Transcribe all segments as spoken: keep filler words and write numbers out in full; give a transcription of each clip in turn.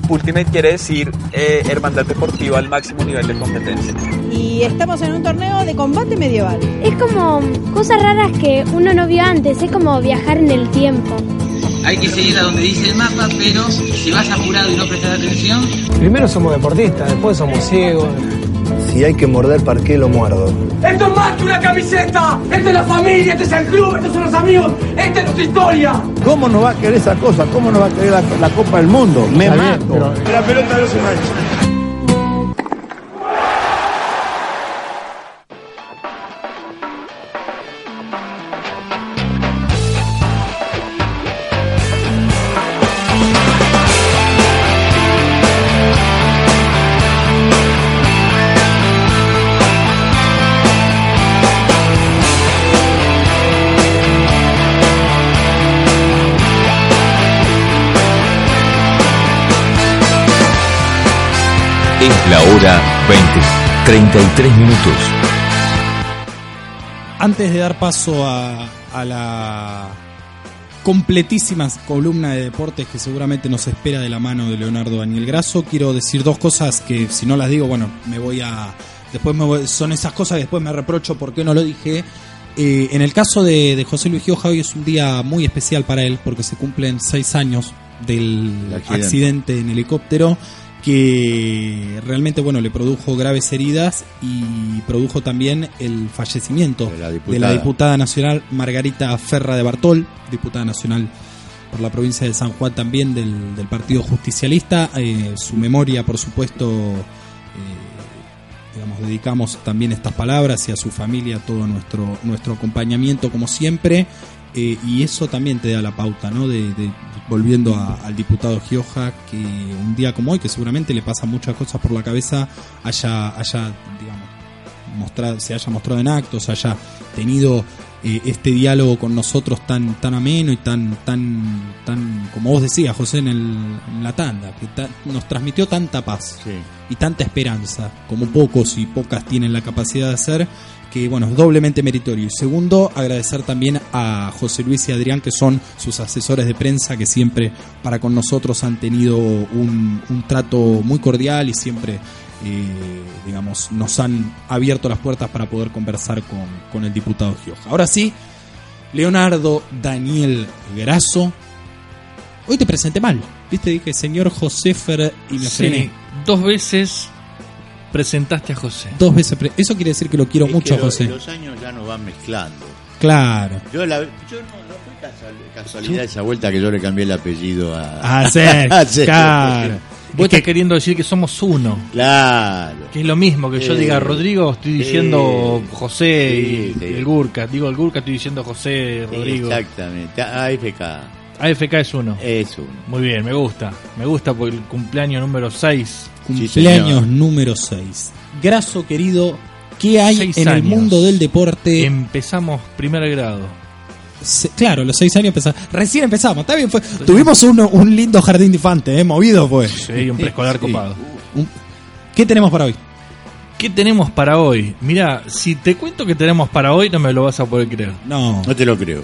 Ultimate quiere decir eh, hermandad deportiva al máximo nivel de competencia. Y estamos en un torneo de combate medieval. Es como cosas raras que uno no vio antes, es como viajar en el tiempo. Hay que seguir a donde dice el mapa, pero si vas apurado y no prestas atención... Primero somos deportistas, después somos ciegos. Si hay que morder, ¿para qué lo muerdo? ¡Esto es más que una camiseta! ¡Esto es la familia! ¡Este es el club! ¡Estos son los amigos! ¡Esta es nuestra historia! ¿Cómo no va a querer esa cosa? ¿Cómo no va a querer la, la Copa del Mundo? Me Está mato. bien, pero... La pelota no se mancha. Es la hora veinte, treinta y tres minutos. Antes de dar paso a, a la completísima columna de deportes que seguramente nos espera de la mano de Leonardo Daniel Grasso, quiero decir dos cosas que si no las digo, bueno, me voy a... Después me voy, son esas cosas que después me reprocho por qué no lo dije. Eh, en el caso de, de José Luis Gioja, hoy es un día muy especial para él porque se cumplen seis años del accidente. accidente en helicóptero, que realmente, bueno, le produjo graves heridas y produjo también el fallecimiento de la diputada, de la diputada nacional Margarita Ferra de Bartol, diputada nacional por la provincia de San Juan también del, del Partido Justicialista. Eh, su memoria, por supuesto, eh, digamos, dedicamos también estas palabras y a su familia todo nuestro, nuestro acompañamiento como siempre. Eh, y eso también te da la pauta, ¿no? De, de volviendo a, al diputado Gioja, que un día como hoy, que seguramente le pasan muchas cosas por la cabeza, haya, haya digamos, mostrado, se haya mostrado en actos, haya tenido eh, este diálogo con nosotros tan, tan ameno y tan, tan, tan, como vos decías, José, en, el, en la tanda, que ta, nos transmitió tanta paz, sí, y tanta esperanza, como pocos y pocas tienen la capacidad de hacer, que bueno, es doblemente meritorio. Y segundo, agradecer también a José Luis y Adrián, que son sus asesores de prensa, que siempre para con nosotros han tenido un, un trato muy cordial y siempre, eh, digamos, nos han abierto las puertas para poder conversar con, con el diputado Gioja. Ahora sí, Leonardo Daniel Grasso, hoy te presenté mal, ¿viste? Dije señor Joséfer y me frené. Sí, dos veces... presentaste a José. Dos veces. Pre- Eso quiere decir que lo quiero es mucho, que lo, José. Los años ya no van mezclando. Claro. Yo, la, yo no, no fue casual, casualidad esa vuelta que yo le cambié el apellido a... Ah, sí, sí, claro. Vos estás queriendo decir que somos uno. Claro. Que es lo mismo que yo eh, diga Rodrigo, estoy diciendo eh, José sí, y, sí. y el Gurka. Digo el Gurka, estoy diciendo José, Rodrigo. Exactamente. A F K. A F K es uno. Es uno. Muy bien, me gusta. Me gusta por el cumpleaños número seis. Cumpleaños sí, número seis. Grasso, querido, ¿qué hay seis en años. el mundo del deporte? Empezamos primer grado. Se, claro, los seis años empezamos. Recién empezamos, está bien. Fue, tuvimos un, un lindo jardín de infantes, ¿eh? Movido fue. Sí, un preescolar sí. copado. Un, ¿Qué tenemos para hoy? ¿Qué tenemos para hoy? Mirá, si te cuento que tenemos para hoy, no me lo vas a poder creer. No. No te lo creo.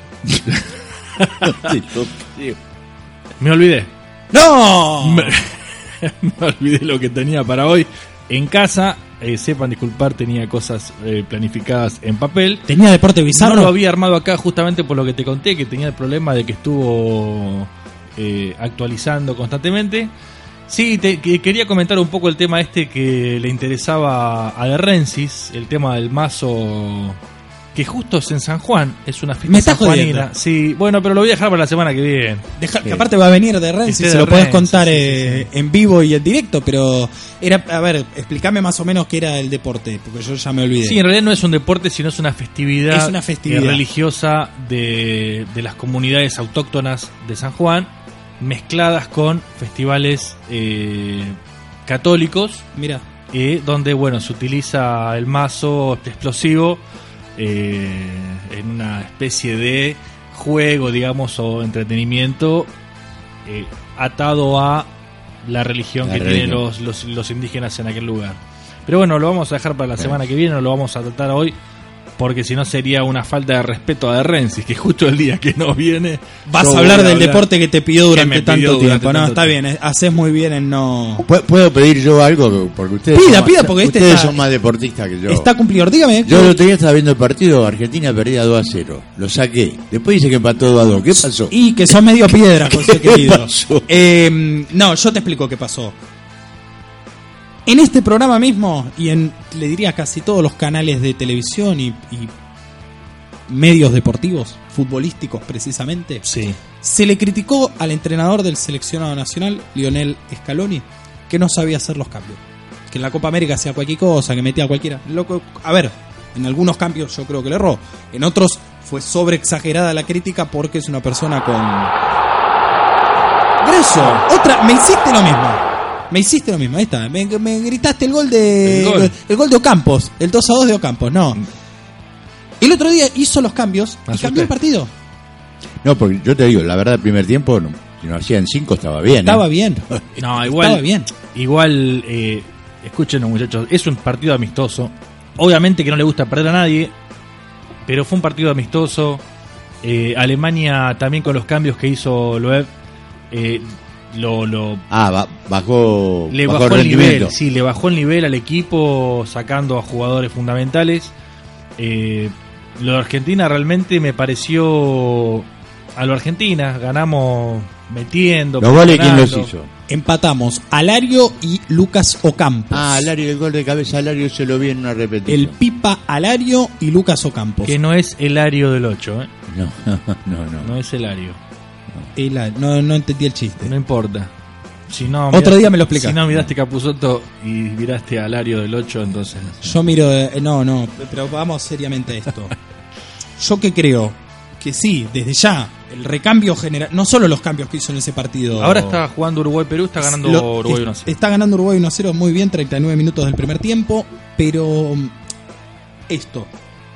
Sí, me olvidé. ¡No! Me, me olvidé lo que tenía para hoy. En casa, eh, sepan disculpar, tenía cosas eh, planificadas en papel. ¿Tenía deporte bizarro? No lo había armado acá justamente por lo que te conté, que tenía el problema de que estuvo eh, actualizando constantemente. Sí, te, que quería comentar un poco el tema este que le interesaba a De Rensis, el tema del mazo... Que justo es en San Juan, es una fiesta sanjuanina. Sí, bueno, pero lo voy a dejar para la semana que viene. Deja, que aparte va a venir de Renzi, se lo podés contar sí, eh, sí, sí. en vivo y en directo, pero era, a ver, explícame más o menos qué era el deporte, porque yo ya me olvidé. Sí, en realidad no es un deporte, sino es una festividad, es una festividad. Eh, religiosa de, de las comunidades autóctonas de San Juan, mezcladas con festivales eh, católicos. Mira, eh, donde bueno se utiliza el mazo explosivo. Eh, en una especie de juego, digamos, o entretenimiento eh, atado a la religión la que religión. tienen los, los, los indígenas en aquel lugar. Pero bueno, lo vamos a dejar para la semana que viene, no lo vamos a tratar hoy porque si no sería una falta de respeto a De Rensis, que justo el día que no viene... Vas a hablar del deporte que te pidió durante tanto tiempo. No, está bien, haces muy bien en no... ¿Puedo pedir yo algo? Porque ustedes pida, son, pida, porque este ustedes está, son más deportistas que yo. Está cumplidor, dígame. Yo el otro día estaba viendo el partido, Argentina perdía dos a cero. Lo saqué. Después dice que empató dos a dos. ¿Qué pasó? Y que son medio piedra, José querido. Pasó? Eh, no, yo te explico qué pasó. En este programa mismo, y en, le diría, casi todos los canales de televisión y, y medios deportivos, futbolísticos precisamente, sí. se le criticó al entrenador del seleccionado nacional, Lionel Scaloni, que no sabía hacer los cambios. Que en la Copa América hacía cualquier cosa, que metía a cualquiera. Loco, a ver, en algunos cambios yo creo que le erró. En otros fue sobre exagerada la crítica porque es una persona con... Grosso, otra, me hiciste lo mismo. Me hiciste lo mismo, ahí está. Me, me gritaste el gol de el gol. el gol de Ocampos, el dos a dos de Ocampos, no. El otro día hizo los cambios y cambió el partido. No, porque yo te digo, la verdad, el primer tiempo, no, si no hacían cinco, estaba bien. Estaba ¿eh? bien. No, igual. Estaba bien. Igual, eh, escúchenos, muchachos, es un partido amistoso. Obviamente que no le gusta perder a nadie, pero fue un partido amistoso. Eh, Alemania también con los cambios que hizo Loeb. Eh, Lo, lo ah, ba- bajó, le bajó, bajó el el nivel, rendimiento. sí, le bajó el nivel al equipo sacando a jugadores fundamentales. Eh, lo de Argentina realmente me pareció a lo Argentina, ganamos metiendo. ¿Los goles quién los presionando. hizo? Empatamos Alario y Lucas Ocampos. Ah, Alario, el gol de cabeza Alario se lo vi en una repetición. El Pipa Alario y Lucas Ocampos. Que no es Elario del ocho, ¿eh? No, no, no. No es Elario. El, no, no entendí el chiste. No importa. Si no, Otro miraste, día me lo explicas. Si no miraste Capusotto y miraste a Alario del ocho, entonces... Yo miro... eh, no, no, pero vamos seriamente a esto. Yo que creo que sí, desde ya, el recambio general... No solo los cambios que hizo en ese partido... Ahora está jugando Uruguay-Perú, está ganando Lo- Uruguay es- uno a cero. Está ganando Uruguay uno a cero, muy bien, treinta y nueve minutos del primer tiempo, pero... Esto.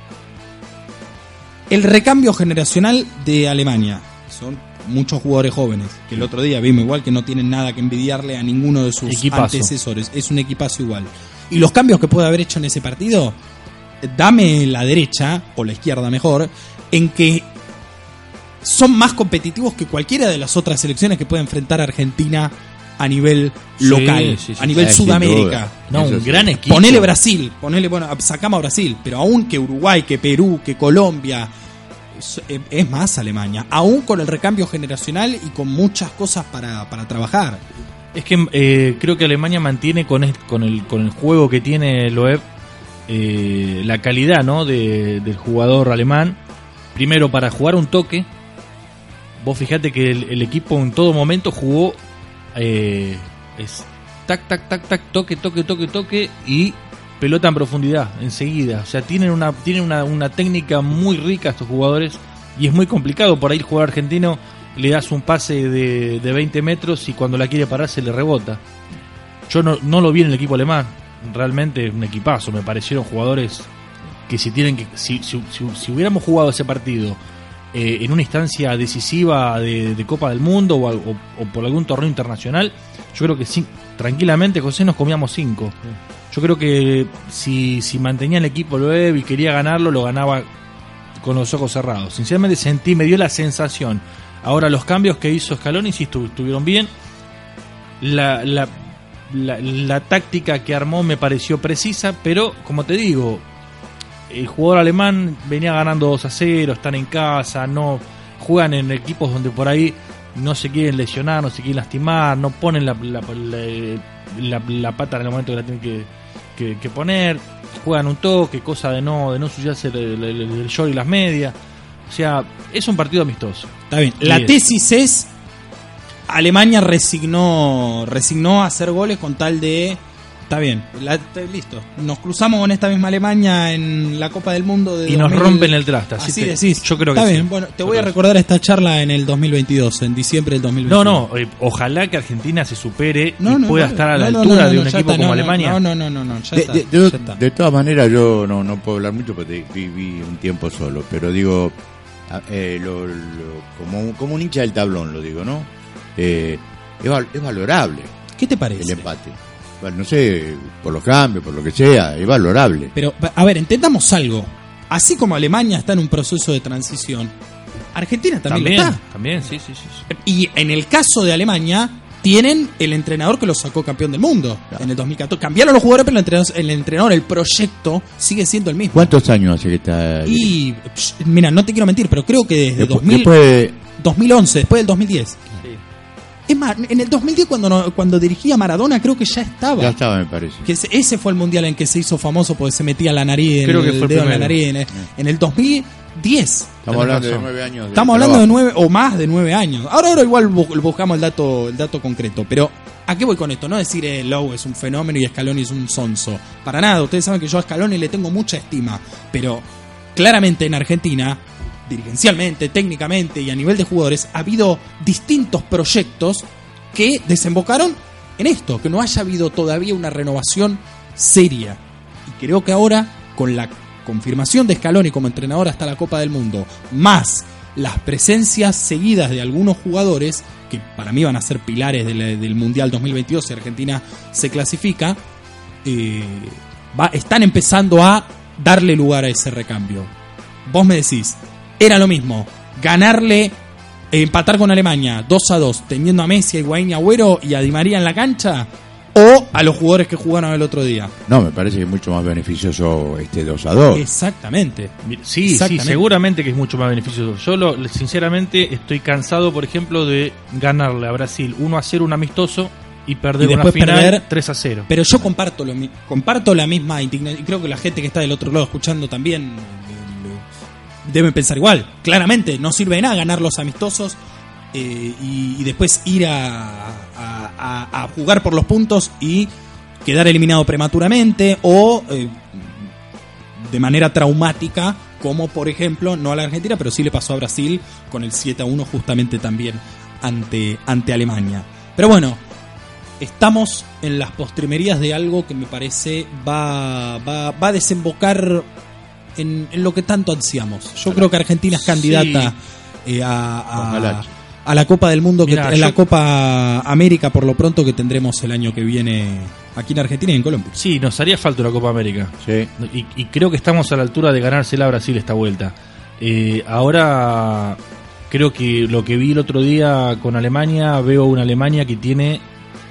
El recambio generacional de Alemania. Son muchos jugadores jóvenes, que el otro día vimos igual que no tienen nada que envidiarle a ninguno de sus Equipazo. antecesores. Es un equipazo igual. Y los cambios que puede haber hecho en ese partido, dame la derecha, o la izquierda mejor, en que son más competitivos que cualquiera de las otras selecciones que puede enfrentar a Argentina a nivel Sí, local, sí, sí. a nivel Ah, sin Sudamérica. duda. No, Eso un sí. gran equipo. Ponele Brasil, ponele, bueno, sacamos a Brasil, pero aún que Uruguay, que Perú, que Colombia, es, es más Alemania, aún con el recambio generacional y con muchas cosas para, para trabajar. Es que eh, creo que Alemania mantiene con, el, con, el, con el juego que tiene Loeb eh, la calidad, ¿no? de, del jugador alemán. Primero, para jugar un toque, vos fijate que el, el equipo en todo momento jugó eh, es tac, tac, tac, tac, toque, toque, toque, toque y pelota en profundidad, enseguida. O sea, tienen una, tienen una, una técnica muy rica estos jugadores y es muy complicado. Por ahí el jugador argentino le das un pase de, de veinte metros y cuando la quiere parar se le rebota. Yo no, no lo vi en el equipo alemán. Realmente es un equipazo. Me parecieron jugadores que si tienen que si, si, si, si hubiéramos jugado ese partido eh, en una instancia decisiva de, de Copa del Mundo o, o, o por algún torneo internacional, yo creo que sí, tranquilamente, José, nos comíamos cinco. Yo creo que si, si mantenía el equipo Loeb y quería ganarlo, lo ganaba con los ojos cerrados. Sinceramente sentí, me dio la sensación. Ahora los cambios que hizo Scaloni sí estu- estuvieron bien. La, la, la, la táctica que armó me pareció precisa, pero como te digo, el jugador alemán venía ganando dos a cero, están en casa, no juegan en equipos donde por ahí no se quieren lesionar, no se quieren lastimar, no ponen la, la, la, la, la pata en el momento que la tienen que, que, que poner, juegan un toque, cosa de no de no ensuciarse el, el, el, el short y las medias. O sea, es un partido amistoso. Está bien. La Y es- tesis es: Alemania resignó, resignó a hacer goles con tal de. Está bien, la- está- listo. Nos cruzamos con esta misma Alemania en la Copa del Mundo de Y nos dos mil. rompen el traste. Así, Así te- decís. Yo creo que Está sí. bien, bueno, te Yo voy a creo que recordar esta charla en el dos mil veintidós, en diciembre del dos mil sí. veintidós. No, no, eh, ojalá que Argentina se supere No, y no, pueda no, estar a no, la no, altura no, no, de un ya equipo está, como no, no, Alemania. No, no, no, no, no, ya De, está, de- de- ya está. de todas maneras, yo no, no puedo hablar mucho porque viví un tiempo solo, pero digo, a- eh, lo- lo- como, como un hincha del tablón, lo digo, ¿no? Eh, es, val- es valorable ¿Qué te parece? el empate. Bueno, no sé, por los cambios, por lo que sea, es valorable. Pero, a ver, entendamos algo. así como Alemania está en un proceso de transición, Argentina también, También, lo está. también, sí, sí, sí. sí. Y en el caso de Alemania, tienen el entrenador que lo sacó campeón del mundo Claro. en el dos mil catorce. Cambiaron los jugadores, pero el entrenador, el entrenador, el proyecto sigue siendo el mismo. ¿Cuántos años hace que está? Y, psh, mira, no te quiero mentir, pero creo que desde Después- dos mil, después de- dos mil once, después del dos mil diez. Es más, en el dos mil diez cuando, no- cuando dirigía Maradona, creo que ya estaba. Ya estaba, me parece. Que ese, ese fue el mundial en que se hizo famoso porque se metía la nariz, Creo el, que fue el dedo en la primero. nariz. En el, en el dos mil diez. Estamos hablando de nueve años. de Estamos hablando de trabajo. nueve o más de nueve años. Ahora, ahora igual bu- buscamos el dato, el dato concreto. Pero, ¿a qué voy con esto? No decir eh, Lowe es un fenómeno y Scaloni es un sonso. Para nada, ustedes saben que yo a Scaloni le tengo mucha estima. Pero, claramente en Argentina, dirigencialmente, técnicamente y a nivel de jugadores, ha habido distintos proyectos que desembocaron en esto. Que no haya habido todavía una renovación seria. Y creo que ahora, con la confirmación de Scaloni como entrenador hasta la Copa del Mundo, más las presencias seguidas de algunos jugadores que para mí van a ser pilares del, del Mundial dos mil veintidós si Argentina se clasifica, eh, va, están empezando a darle lugar a ese recambio. Vos me decís, era lo mismo ganarle, eh, empatar con Alemania dos a dos teniendo a Messi, a Higuaín y Agüero y a Di María en la cancha, o a los jugadores que jugaron el otro día. No, me parece que es mucho más beneficioso este dos a dos. Exactamente. Sí, sí, Exactamente. seguramente que es mucho más beneficioso. Yo, lo, sinceramente, estoy cansado, por ejemplo, de ganarle a Brasil uno a cero un amistoso y perder Y una después final perder tres a cero. Pero yo comparto lo mi- comparto la misma indignación y creo que la gente que está del otro lado escuchando también eh, lo- deben pensar igual. Claramente no sirve de nada ganar los amistosos eh, y, y después ir a, a- a- a jugar por los puntos y quedar eliminado prematuramente o eh, de manera traumática, como por ejemplo, no a la Argentina, pero sí le pasó a Brasil con el siete a uno justamente también ante, ante Alemania. Pero bueno, estamos en las postrimerías de algo que me parece va, va, va a desembocar en, en lo que tanto ansiamos. Yo creo que Argentina es candidata eh, a, a, Ojalá. a la Copa del Mundo, que Mirá, en la yo- Copa América por lo pronto que tendremos el año que viene aquí en Argentina y en Colombia. Sí, nos haría falta una Copa América. Sí. Y, y creo que estamos a la altura de ganársela a Brasil esta vuelta. Eh, ahora, creo que lo que vi el otro día con Alemania, veo una Alemania que tiene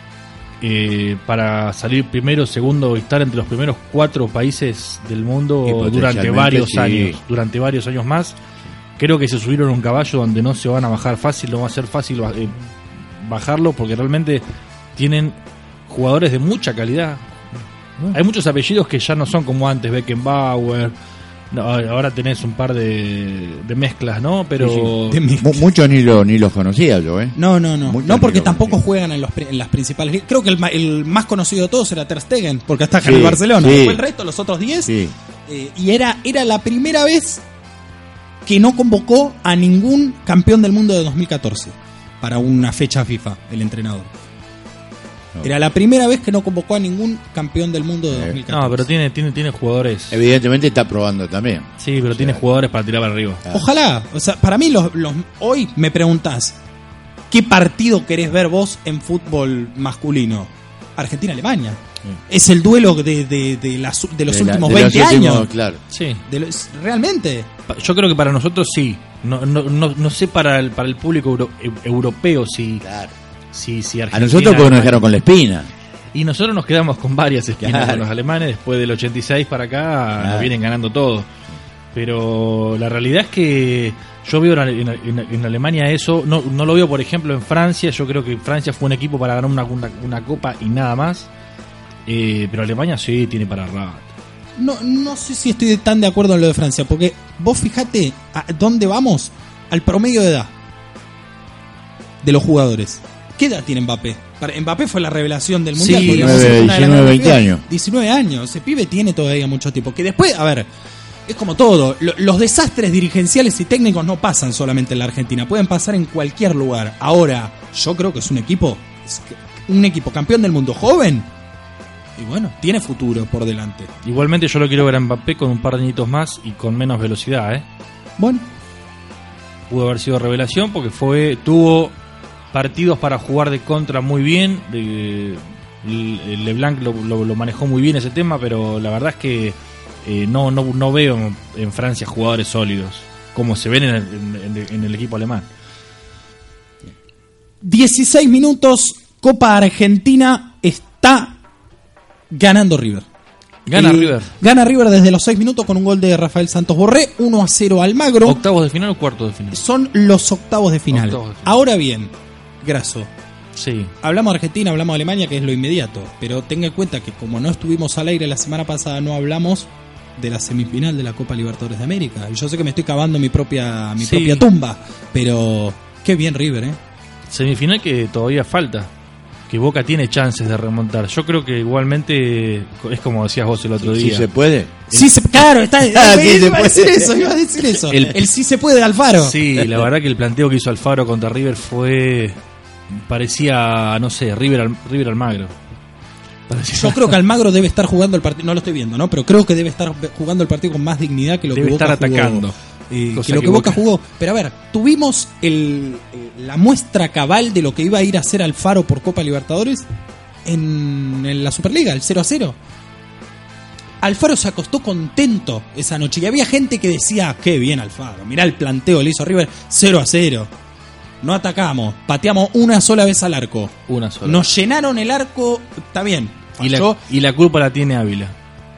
eh, para salir primero, segundo y estar entre los primeros cuatro países del Y mundo durante potencialmente, varios sí. años. Durante varios años más. Creo que se subieron a un caballo donde no se van a bajar fácil, no va a ser fácil ba- eh, bajarlo porque realmente tienen jugadores de mucha calidad. Hay muchos apellidos que ya no son como antes, Beckenbauer. No, ahora tenés un par de, de mezclas, ¿no? Pero De mi- Mu- Muchos ni, lo, ni los conocía yo, ¿eh? No, no, no. Muchos No, porque ni lo tampoco conocía. juegan en, los, pri- en las principales ligas. Creo que el, ma- el más conocido de todos era Ter Stegen, porque está acá en Sí, el Barcelona. sí. Después el resto, los otros diez. Sí. eh, y era, era la primera vez que no convocó a ningún campeón del mundo de dos mil catorce para una fecha FIFA, el entrenador. No. Era la primera vez que no convocó a ningún campeón del mundo de Eh, dos mil catorce. no, pero tiene, tiene, tiene jugadores. Evidentemente está probando también. Sí, pero tiene jugadores para tirar para arriba. Ojalá, o sea, para mí los, los hoy me preguntás, ¿qué partido querés ver vos en fútbol masculino? Argentina-Alemania. Es el duelo de, de, de, las- de los De la- últimos de veinte los últimos, años. Claro. Sí. De los- realmente. Pa- Yo creo que para nosotros sí. No, no, no, no sé para el, para el público euro- eu- europeo si, Claro. si, si A Argentina. nosotros porque nos dejaron con la espina. Y nosotros nos quedamos con varias espinas Claro. con los alemanes. Después del ochenta y seis para acá Claro. nos vienen ganando todo. Pero la realidad es que yo veo en, en- en Alemania eso. No, no lo veo, por ejemplo, en Francia. Yo creo que Francia fue un equipo para ganar una, una, una copa y nada más. Eh, pero Alemania sí tiene para rato. No, no sé si estoy tan de acuerdo en lo de Francia, porque vos fijate a dónde vamos al promedio de edad de los jugadores. ¿Qué edad tiene Mbappé? Para- Mbappé fue la revelación del Mundial. Sí, podríamos diecinueve, decir, una de las diecinueve, grandes veinte figuras. años. diecinueve años. Ese pibe tiene todavía mucho tiempo. Que después, a ver, es como todo. Lo- los desastres dirigenciales y técnicos no pasan solamente en la Argentina. Pueden pasar en cualquier lugar. Ahora, yo creo que es un equipo, es que- un equipo campeón del mundo joven. Y bueno, tiene futuro por delante. Igualmente yo lo quiero ver a Mbappé con un par de añitos más y con menos velocidad, ¿eh? Bueno, Pudo haber sido revelación porque fue tuvo partidos para jugar de contra muy bien. De, el- el LeBlanc lo, lo- lo manejó muy bien ese tema, pero la verdad es que eh, no, no, no veo en Francia jugadores sólidos como se ven en el, en, en el equipo alemán. dieciséis minutos, Copa Argentina, está ganando River. Gana Eh, River. Gana River desde los seis minutos con un gol de Rafael Santos Borré, uno a cero Almagro. ¿Octavos de final o cuartos de final? Son los octavos de final. Octavos de final. Ahora bien, Graso, Sí. hablamos de Argentina, hablamos de Alemania, que es lo inmediato, pero tenga en cuenta que como no estuvimos al aire la semana pasada, no hablamos de la semifinal de la Copa Libertadores de América. Y yo sé que me estoy cavando mi propia mi Sí. propia tumba, pero qué bien River, ¿eh? Semifinal que todavía falta, que Boca tiene chances de remontar. Yo creo que igualmente es como decías vos el otro Si día. se puede. Sí, se, claro, está, Ah, iba, sí se iba a puede. decir eso, iba a decir eso. El- El, sí se puede de Alfaro. Sí, la verdad que el planteo que hizo Alfaro contra River fue parecía, no sé, River Al- River Almagro. Parecía- Yo creo que Almagro debe estar jugando el partido, no lo estoy viendo, ¿no? Pero creo que debe estar jugando el partido con más dignidad que lo Debe que Boca estar jugó. atacando. Eh, Cosa que lo que que Boca Boca- jugó. Pero a ver, tuvimos el, eh, la muestra cabal de lo que iba a ir a hacer Alfaro por Copa Libertadores en, en la Superliga, el cero a cero. Alfaro se acostó contento esa noche y había gente que decía, qué bien Alfaro, mirá el planteo, le hizo River cero a cero. No atacamos, pateamos una sola vez al arco. Una sola. Nos llenaron el arco, está bien. y, la, falló. y la culpa la tiene Ávila.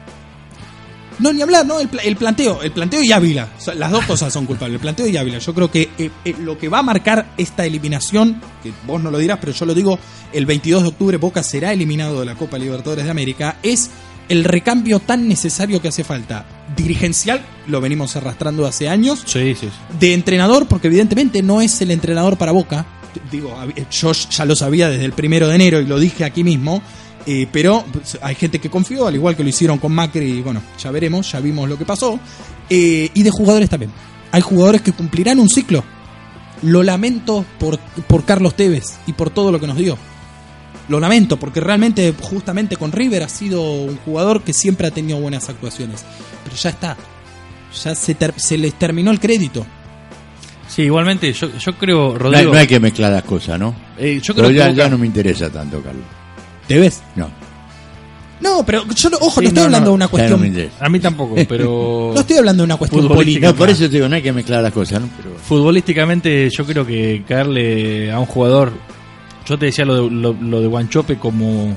No, ni hablar, ¿no? El, pla- el planteo, el planteo y Ávila. O sea, las dos cosas son culpables, el planteo y Ávila. Yo creo que eh, eh, lo que va a marcar esta eliminación, que vos no lo dirás, pero yo lo digo, el veintidós de octubre Boca será eliminado de la Copa Libertadores de América, es el recambio tan necesario que hace falta. Dirigencial, lo venimos arrastrando hace años. Sí, sí, sí. De entrenador, porque evidentemente no es el entrenador para Boca. Digo, hab- yo ya lo sabía desde el primero de enero y lo dije aquí mismo. Eh, pero pues, hay gente que confió, al igual que lo hicieron con Macri, y bueno, ya veremos, ya vimos lo que pasó. Eh, y de jugadores también. Hay jugadores que cumplirán un ciclo. Lo lamento por, por Carlos Tevez y por todo lo que nos dio. Lo lamento, porque realmente, justamente con River ha sido un jugador que siempre ha tenido buenas actuaciones. Pero ya está. Ya se, ter- se les terminó el crédito. Sí, igualmente, yo, yo creo, No hay, Rodrigo. no hay que mezclar las cosas, ¿no? eh, yo Pero creo ya, que Boca- ya no me interesa tanto, Carlos. ¿Tevez? No. No, pero yo, no- ojo, Sí, no estoy no, hablando no, de una Ya no cuestión. me interesa. A mí tampoco, pero. No estoy hablando de una cuestión Futbolística. política. No, por eso te digo, no hay que mezclar las cosas, ¿no? Pero Futbolísticamente, yo creo que caerle a un jugador. Yo te decía lo de, lo, lo de Guanchope como.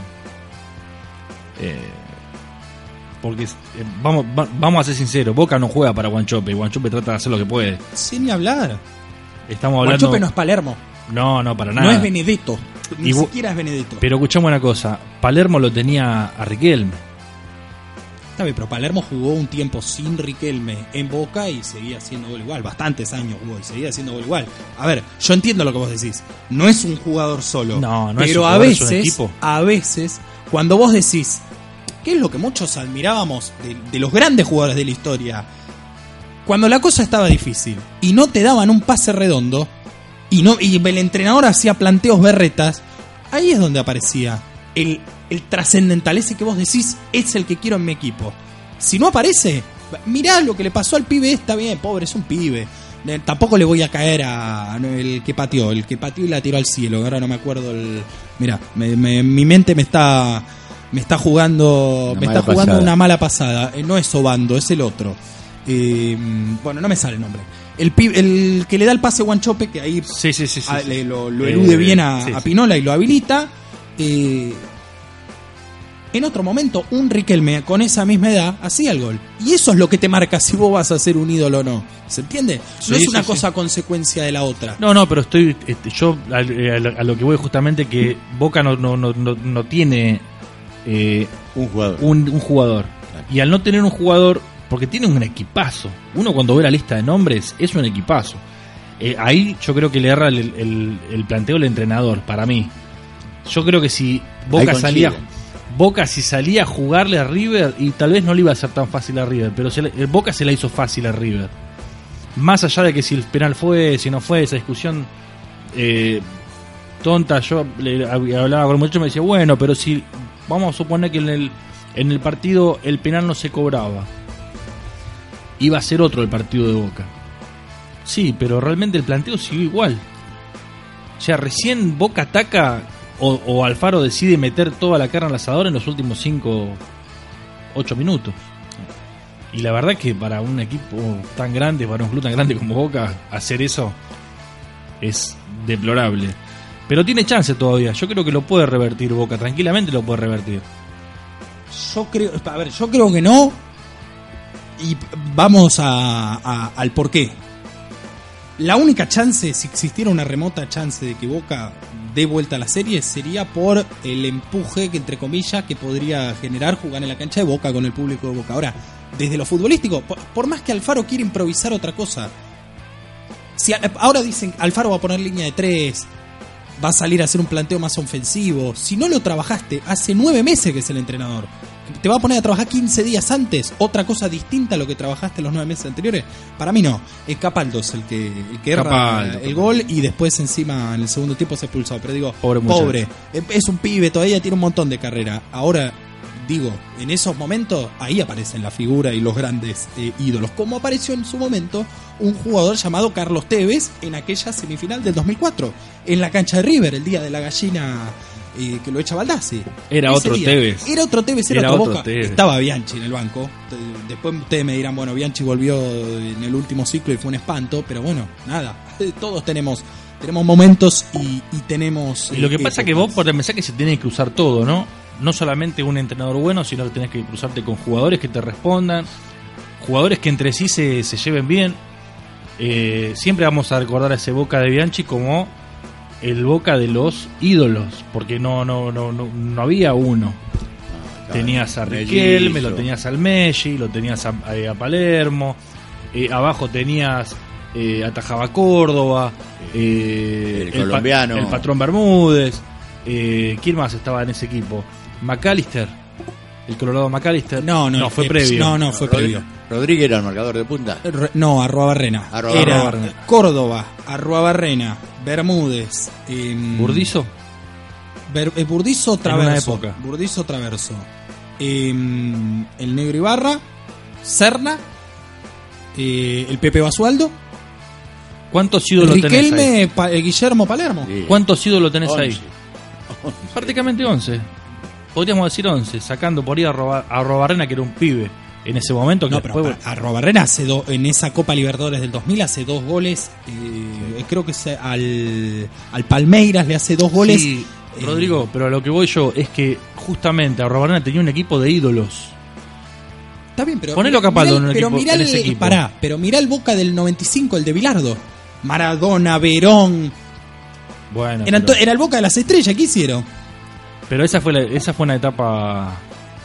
eh, porque eh, vamos, va- vamos a ser sinceros: Boca no juega para Guanchope. Guanchope trata de hacer lo que puede. Sin ni hablar. Estamos hablando. Guanchope no es Palermo. No, no, para nada. No es Benedetto. Ni Y bu- siquiera es Benedetto. Pero escuchamos una cosa: Palermo lo tenía a Riquelme. Está bien, pero Palermo jugó un tiempo sin Riquelme en Boca y seguía haciendo gol igual. Bastantes años jugó y seguía haciendo gol igual. A ver, yo entiendo lo que vos decís. No es un jugador solo. No, no es pero un a jugador, es un veces, equipo. a veces, cuando vos decís, ¿qué es lo que muchos admirábamos de, de los grandes jugadores de la historia? Cuando la cosa estaba difícil y no te daban un pase redondo y no y el entrenador hacía planteos berretas, ahí es donde aparecía el, el trascendental, ese que vos decís es el que quiero en mi equipo. Si no aparece, mirá lo que le pasó al pibe, está bien, pobre, es un pibe. Eh, Tampoco le voy a caer a no, el que pateó, el que pateó y la tiró al cielo, ahora no me acuerdo el... Mirá, me, me- mi mente me está me está jugando Una me mala está jugando pasada. una mala pasada. Eh, no es Obando, es el otro. Eh, bueno, no me sale el nombre. El, pibe- el que le da el pase a Guanchope, que ahí Sí, sí, sí. sí, a- sí. le- lo, lo Eh, elude bien a, sí, a sí. Pinola y lo habilita. Eh, en otro momento, un Riquelme con esa misma edad hacía el gol. Y eso es lo que te marca si vos vas a ser un ídolo o no. ¿Se entiende? No Sí, es sí, una sí. cosa consecuencia de la otra. No, no, pero estoy. este, yo a, a lo- a lo que voy justamente que Boca no, no, no, no, no tiene eh, un jugador. un, un jugador. Y al no tener un jugador, porque tiene un equipazo. Uno cuando ve la lista de nombres, es un equipazo. Eh, ahí yo creo que le erra el, el, el planteo del entrenador, para mí. Yo creo que si Boca Ahí salía. coinciden. Boca si salía a jugarle a River, y tal vez no le iba a ser tan fácil a River, pero se le- el Boca se la hizo fácil a River. Más allá de que si el penal fue, si no fue, esa discusión eh, tonta, yo le hablaba con el muchacho y me decía, bueno, pero si vamos a suponer que en el, en el partido el penal no se cobraba, iba a ser otro el partido de Boca. Sí, pero realmente el planteo siguió igual. O sea, recién Boca ataca o, o Alfaro decide meter toda la carne al asador en los últimos cinco ocho minutos. Y la verdad que para un equipo tan grande, para un club tan grande como Boca, hacer eso es deplorable. Pero tiene chance todavía. Yo creo que lo puede revertir Boca, tranquilamente lo puede revertir. Yo creo, a ver, yo creo que no. Y vamos a, a, al porqué. La única chance, si existiera una remota chance de que Boca dé vuelta a la serie, sería por el empuje que, entre comillas, que podría generar jugar en la cancha de Boca con el público de Boca. Ahora, desde lo futbolístico, por, por más que Alfaro quiera improvisar otra cosa, si a, ahora dicen Alfaro va a poner línea de tres, va a salir a hacer un planteo más ofensivo, si no lo trabajaste, hace nueve meses que es el entrenador, te va a poner a trabajar quince días antes, otra cosa distinta a lo que trabajaste los nueve meses anteriores. Para mí no, es Capaldos el que, el que erra Capaldo, el gol y después encima en el segundo tiempo se expulsó. Pero digo, pobre, pobre, es un pibe, todavía tiene un montón de carrera. Ahora, digo, en esos momentos ahí aparecen la figura y los grandes eh, ídolos, como apareció en su momento un jugador llamado Carlos Tevez en aquella semifinal del dos mil cuatro en la cancha de River, el día de la gallina. Eh, que lo echa Baldassi. Era Ese otro día. Tevez. Era otro Tevez, era, Era otro otro Boca. Tevez. Estaba Bianchi en el banco. Después ustedes me dirán, bueno, Bianchi volvió en el último ciclo y fue un espanto, pero bueno, nada. Todos tenemos tenemos momentos y, y tenemos... Y lo que eh, pasa es que vos por pensar que se tiene que usar todo, ¿no? No solamente un entrenador bueno, sino que tenés que cruzarte con jugadores que te respondan, jugadores que entre sí se, se lleven bien. Eh, siempre vamos a recordar a ese Boca de Bianchi como el Boca de los ídolos, porque no no no no, no había uno. Ah, tenías a Riquelme, Mellizo. Lo tenías al Messi, lo tenías a, a, a Palermo, eh, abajo tenías eh, atajaba Córdoba, eh, el, el colombiano, pa, el patrón Bermúdez, eh, ¿quién más estaba en ese equipo? McAllister, el Colorado McAllister. No, no, no fue eh, previo. No, no, fue previo. Rodríguez era el marcador de punta. No, Arruabarrena. Arroba Era Barrena. Córdoba, Arruabarrena, Bermúdez, eh, Burdizo. Ber, eh, Burdizo Traverso. En una época. Burdizo Traverso. Eh, el Negro Ibarra, Serna, eh, el Pepe Basualdo. ¿Cuántos ídolos Riquelme, tenés ahí? Pa, eh, Guillermo Palermo. Sí. ¿Cuántos ídolos tenés once. ahí? once. Prácticamente once. Podríamos decir once, sacando por ahí a Arruabarrena, que era un pibe en ese momento. Que no, pero después... Arruabarrena hace do, en esa Copa Libertadores del dos mil hace dos goles. Eh, sí. Creo que se, al, al Palmeiras le hace dos goles. Sí, eh, Rodrigo, pero a lo que voy yo es que justamente Arruabarrena tenía un equipo de ídolos. Está bien, pero ponelo a Capaldo en, un pero equipo, mirá en el, ese equipo. Pará, pero mirá el Boca del noventa y cinco, el de Bilardo. Maradona, Verón. Bueno, Era, pero... era el Boca de las estrellas, ¿qué hicieron? Pero esa fue la, esa fue una etapa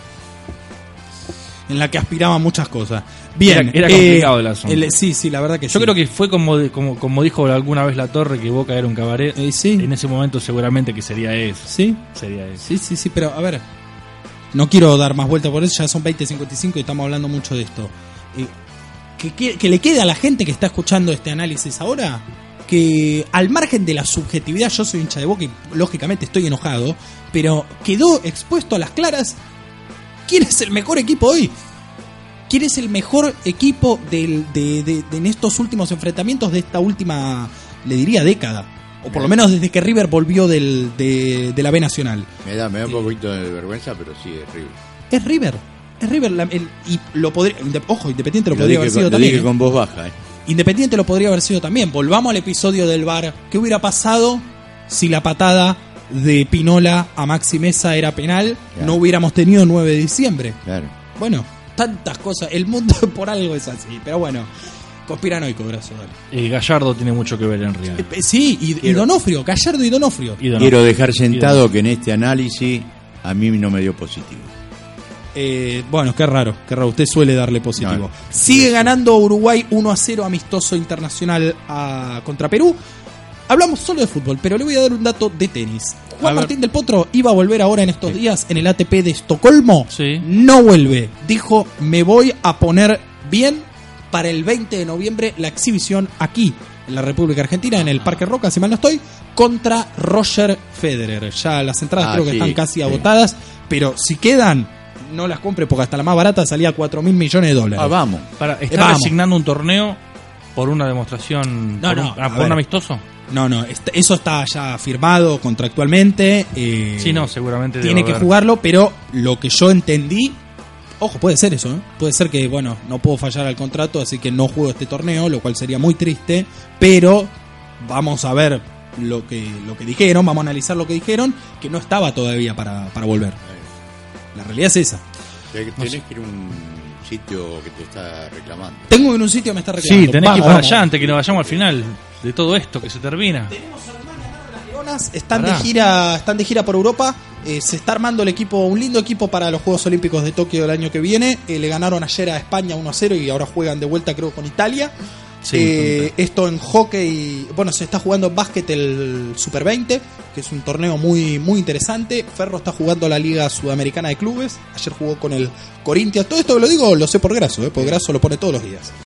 en la que aspiraban muchas cosas. Bien, era, era complicado eh, el asunto. El, sí, sí, la verdad que Yo sí. creo que fue como, como como dijo alguna vez La Torre, que Boca era un cabaret. Eh, sí. En ese momento seguramente que sería eso. Sí. Sería eso. Sí, sí, sí, pero a ver, no quiero dar más vuelta por eso, ya son veinte cincuenta y cinco y estamos hablando mucho de esto. Eh, que, que, que le quede a la gente que está escuchando este análisis ahora, que al margen de la subjetividad, yo soy hincha de Boca y lógicamente estoy enojado, pero quedó expuesto a las claras quién es el mejor equipo hoy. ¿Quién es el mejor equipo del, de, de, de en estos últimos enfrentamientos de esta última, le diría, década? O por lo menos desde que River volvió del, de, de la B Nacional. Me da, me da un poquito de vergüenza, pero sí, es River. Es River. Es River. La, el, y lo podría. Ojo, Independiente lo, lo podría haber sido con, también. Lo dije con voz baja, eh. Independiente lo podría haber sido también. Volvamos al episodio del V A R. ¿Qué hubiera pasado si la patada de Pinola a Maxi Mesa era penal? Claro. No hubiéramos tenido nueve de diciembre. Claro. Bueno, tantas cosas. El mundo por algo es así. Pero bueno, conspiranoico, brazo. Dale. Eh, Gallardo tiene mucho que ver en realidad. Eh, sí, y, y Donofrio. Gallardo y Donofrio. y Donofrio. Quiero dejar sentado que en este análisis a mí no me dio positivo. Eh, bueno, qué raro, qué raro. Usted suele darle positivo. No, Sigue ganando Uruguay uno a cero amistoso internacional a, contra Perú. Hablamos solo de fútbol, pero le voy a dar un dato de tenis. Juan Martín del Potro iba a volver ahora en estos días en el A T P de Estocolmo. Sí. No vuelve. Dijo, me voy a poner bien para el veinte de noviembre la exhibición aquí, en la República Argentina, en el Parque Roca, si mal no estoy, contra Roger Federer. Ya las entradas Ah, creo que sí, están casi sí. agotadas, pero si quedan, no las compre porque hasta la más barata salía cuatro mil millones de dólares. Ah, vamos. Para, ¿Está Eh, vamos. resignando un torneo por una demostración? No, por no, un, ah, a por ver. un amistoso? No, no, est- eso está ya firmado contractualmente. Eh, Sí, no, seguramente tiene debe que haber. jugarlo, pero lo que yo entendí Ojo, puede ser eso, ¿eh? Puede ser que, bueno, no puedo fallar al contrato, así que no juego este torneo, lo cual sería muy triste, pero vamos a ver lo que lo que dijeron, vamos a analizar lo que dijeron, que no estaba todavía para, para volver. La realidad es esa. Tenés que ir a un sitio que te está reclamando. Tengo que ir a un sitio que me está reclamando. Sí, tenés vamos, que ir para vamos. allá antes que nos vayamos al final de todo esto que se termina. Están de Pará. gira, están de gira por Europa. Eh, se está armando el equipo, un lindo equipo para los Juegos Olímpicos de Tokio del año que viene. Eh, le ganaron ayer a España uno a cero y ahora juegan de vuelta, creo, con Italia. Sí, eh, esto en hockey, bueno, se está jugando en básquet el Super veinte, que es un torneo muy muy interesante. Ferro está jugando la Liga Sudamericana de Clubes. Ayer jugó con el Corinthians. Todo esto que lo digo lo sé por Grasso, eh, porque Grasso lo pone todos los días.